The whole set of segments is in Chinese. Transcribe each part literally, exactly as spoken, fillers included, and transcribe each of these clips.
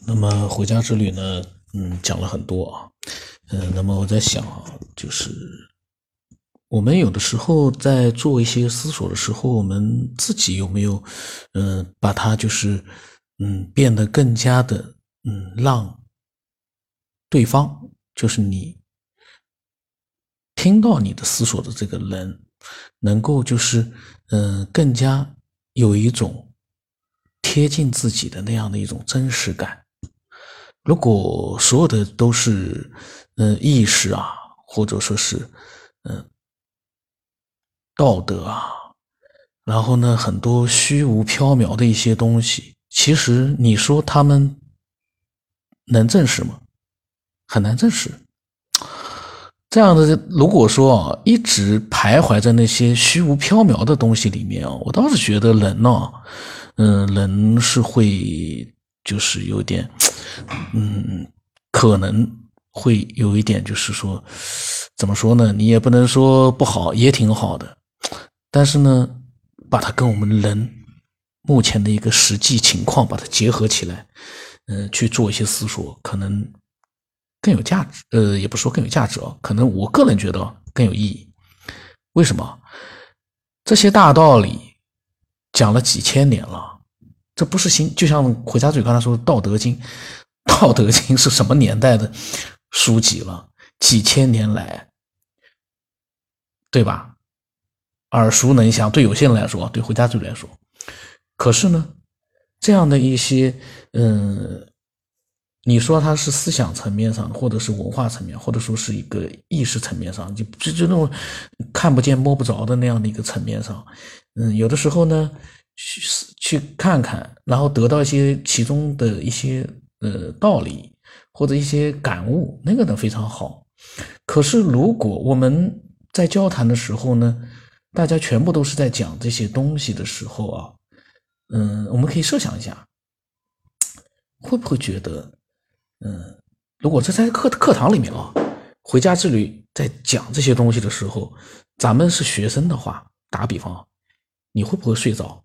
那么回家之旅呢，嗯，讲了很多啊，嗯，那么我在想啊，就是我们有的时候在做一些思索的时候，我们自己有没有，嗯、呃，把它就是，嗯，变得更加的，嗯，让对方，就是你听到你的思索的这个人，能够就是，嗯、呃，更加有一种贴近自己的那样的一种真实感。如果所有的都是，嗯、呃，意识啊，或者说是，嗯、呃，道德啊，然后呢，很多虚无缥缈的一些东西，其实你说他们能证实吗？很难证实。这样的，如果说啊，一直徘徊在那些虚无缥缈的东西里面啊，我倒是觉得人呢、啊，嗯、呃，人是会就是有点，嗯，可能会有一点，就是说，怎么说呢？你也不能说不好，也挺好的。但是呢，把它跟我们人目前的一个实际情况把它结合起来，嗯、呃，去做一些思索，可能更有价值。呃，也不说更有价值啊，可能我个人觉得更有意义。为什么？这些大道理讲了几千年了，这不是新，就像回家嘴刚才说的《道德经》，《道德经》是什么年代的书籍了？几千年来，对吧？耳熟能详，对有些人来说，对回家嘴来说。可是呢，这样的一些，嗯，你说它是思想层面上，或者是文化层面，或者说是一个意识层面上，就就就那种看不见摸不着的那样的一个层面上，嗯，有的时候呢，去去看看，然后得到一些其中的一些呃道理或者一些感悟，那个呢非常好。可是如果我们在交谈的时候呢，大家全部都是在讲这些东西的时候啊，嗯，我们可以设想一下，会不会觉得，嗯，如果这在课课堂里面啊，回家之旅在讲这些东西的时候，咱们是学生的话，打个比方啊，你会不会睡着？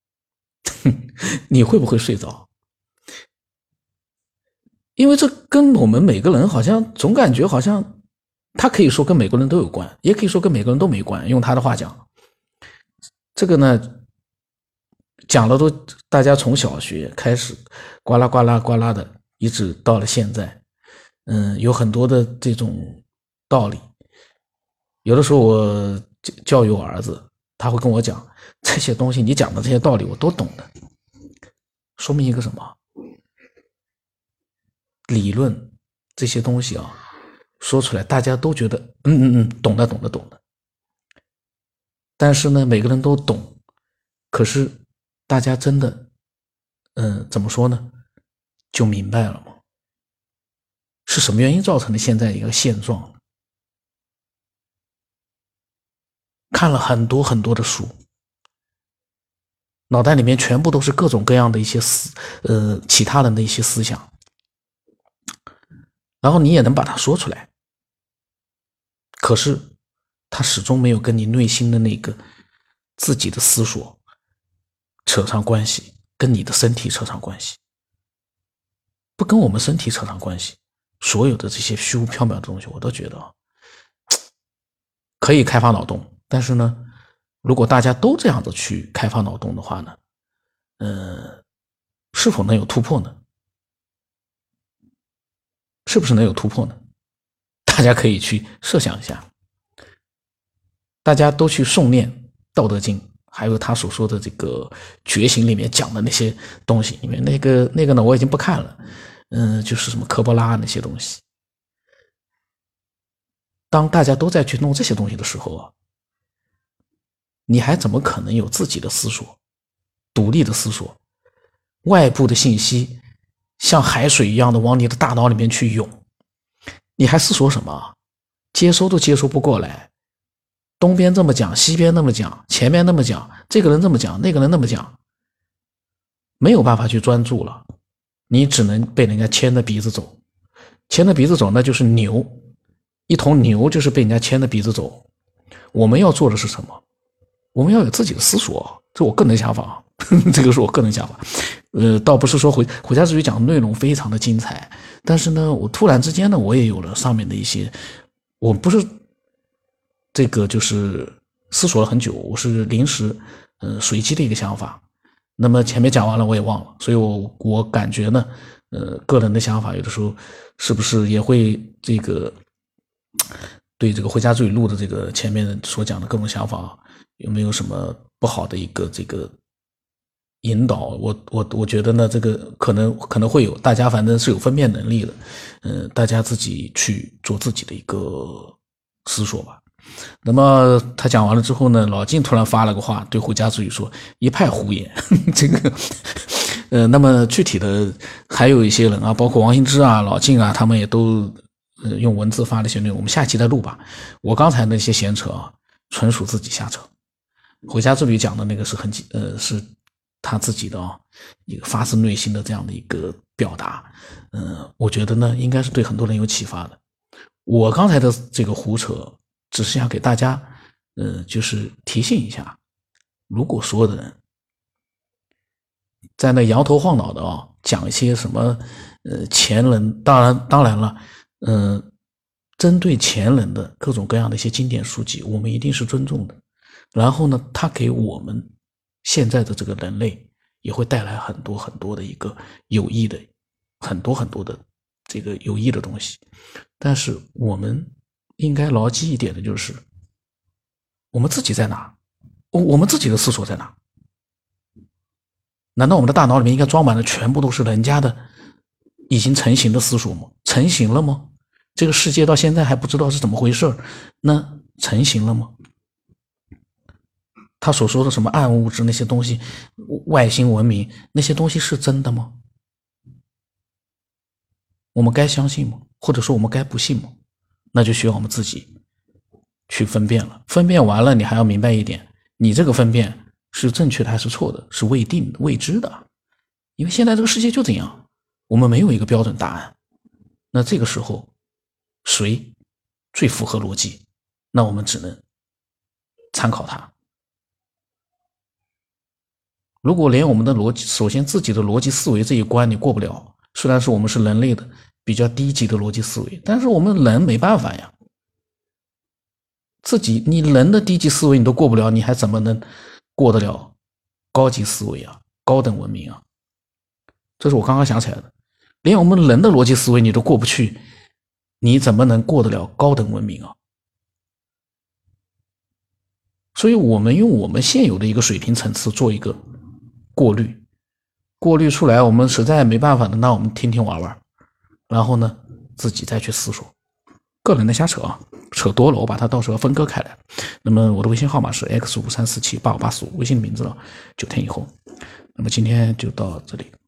你会不会睡着？因为这跟我们每个人好像总感觉好像，他可以说跟每个人都有关，也可以说跟每个人都没关。用他的话讲，这个呢，讲了都大家从小学开始，呱啦呱啦呱啦的，一直到了现在，嗯，有很多的这种道理。有的时候我教育我儿子，他会跟我讲这些东西，你讲的这些道理我都懂的，说明一个什么？理论这些东西啊，说出来大家都觉得嗯嗯嗯，懂的懂的懂的。但是呢，每个人都懂，可是大家真的，嗯、呃，怎么说呢？就明白了吗？是什么原因造成的现在一个现状呢？看了很多很多的书，脑袋里面全部都是各种各样的一些思，呃，其他人的一些思想，然后你也能把它说出来，可是它始终没有跟你内心的那个自己的思索扯上关系，跟你的身体扯上关系，不跟我们身体扯上关系。所有的这些虚无缥缈的东西，我都觉得可以开发脑洞，但是呢，如果大家都这样子去开发脑洞的话呢，呃，是否能有突破呢？是不是能有突破呢？大家可以去设想一下，大家都去诵念《道德经》，还有他所说的这个觉醒里面讲的那些东西里面，那个那个呢，我已经不看了，嗯、呃，就是什么科波拉那些东西。当大家都在去弄这些东西的时候啊，你还怎么可能有自己的思索，独立的思索？外部的信息像海水一样的往你的大脑里面去涌，你还思索什么？接收都接收不过来，东边这么讲，西边那么讲，前面那么讲，这个人这么讲，那个人那么讲，没有办法去专注了，你只能被人家牵着鼻子走，牵着鼻子走那就是牛，一头牛就是被人家牵着鼻子走。我们要做的是什么？我们要有自己的思索，这我个人想法，这个是我个人想法。 呃，倒不是说回回家之语讲的内容非常的精彩，但是呢，我突然之间呢，我也有了上面的一些，我不是这个就是思索了很久，我是临时呃随机的一个想法。那么前面讲完了我也忘了，所以我我感觉呢，呃，个人的想法有的时候是不是也会这个对这个回家之语录的这个前面所讲的各种想法有没有什么不好的一个这个引导？我我我觉得呢，这个可能可能会有，大家反正是有分辨能力的，嗯、呃，大家自己去做自己的一个思索吧。那么他讲完了之后呢，老晋突然发了个话，对回家之语说一派胡言。这个呃，那么具体的还有一些人啊，包括王兴之啊、老晋啊，他们也都呃用文字发了一些内容，我们下期再录吧。我刚才那些闲扯啊，纯属自己瞎扯。回家之旅讲的那个是很呃是他自己的啊一个发自内心的这样的一个表达，嗯、呃，我觉得呢应该是对很多人有启发的。我刚才的这个胡扯，只是想给大家，呃，就是提醒一下，如果所有的人在那摇头晃脑的啊，讲一些什么，呃，前人，当然当然了，嗯、呃，针对前人的各种各样的一些经典书籍，我们一定是尊重的。然后呢，它给我们现在的这个人类也会带来很多很多的一个有益的，很多很多的这个有益的东西。但是我们应该牢记一点的就是，我们自己在哪？我们自己的思索在哪？难道我们的大脑里面应该装满了全部都是人家的已经成型的思索吗？成型了吗？这个世界到现在还不知道是怎么回事，那成型了吗？他所说的什么暗物质那些东西，外星文明那些东西是真的吗？我们该相信吗？或者说我们该不信吗？那就需要我们自己去分辨了。分辨完了，你还要明白一点，你这个分辨是正确的还是错的，是未定的、未知的。因为现在这个世界就这样，我们没有一个标准答案。那这个时候，谁最符合逻辑？那我们只能参考它。如果连我们的逻辑，首先自己的逻辑思维这一关你过不了，虽然是我们是人类的比较低级的逻辑思维，但是我们人没办法呀。自己你人的低级思维你都过不了，你还怎么能过得了高级思维啊，高等文明啊？这是我刚刚想起来的，连我们人的逻辑思维你都过不去，你怎么能过得了高等文明啊？所以我们用我们现有的一个水平层次做一个过滤，过滤出来我们实在没办法的，那我们听听玩玩，然后呢自己再去思索。个人的瞎扯啊，扯多了我把它到时候分割开来。那么我的微信号码是 X 五三四七八五八四五，微信的名字了九天以后。那么今天就到这里。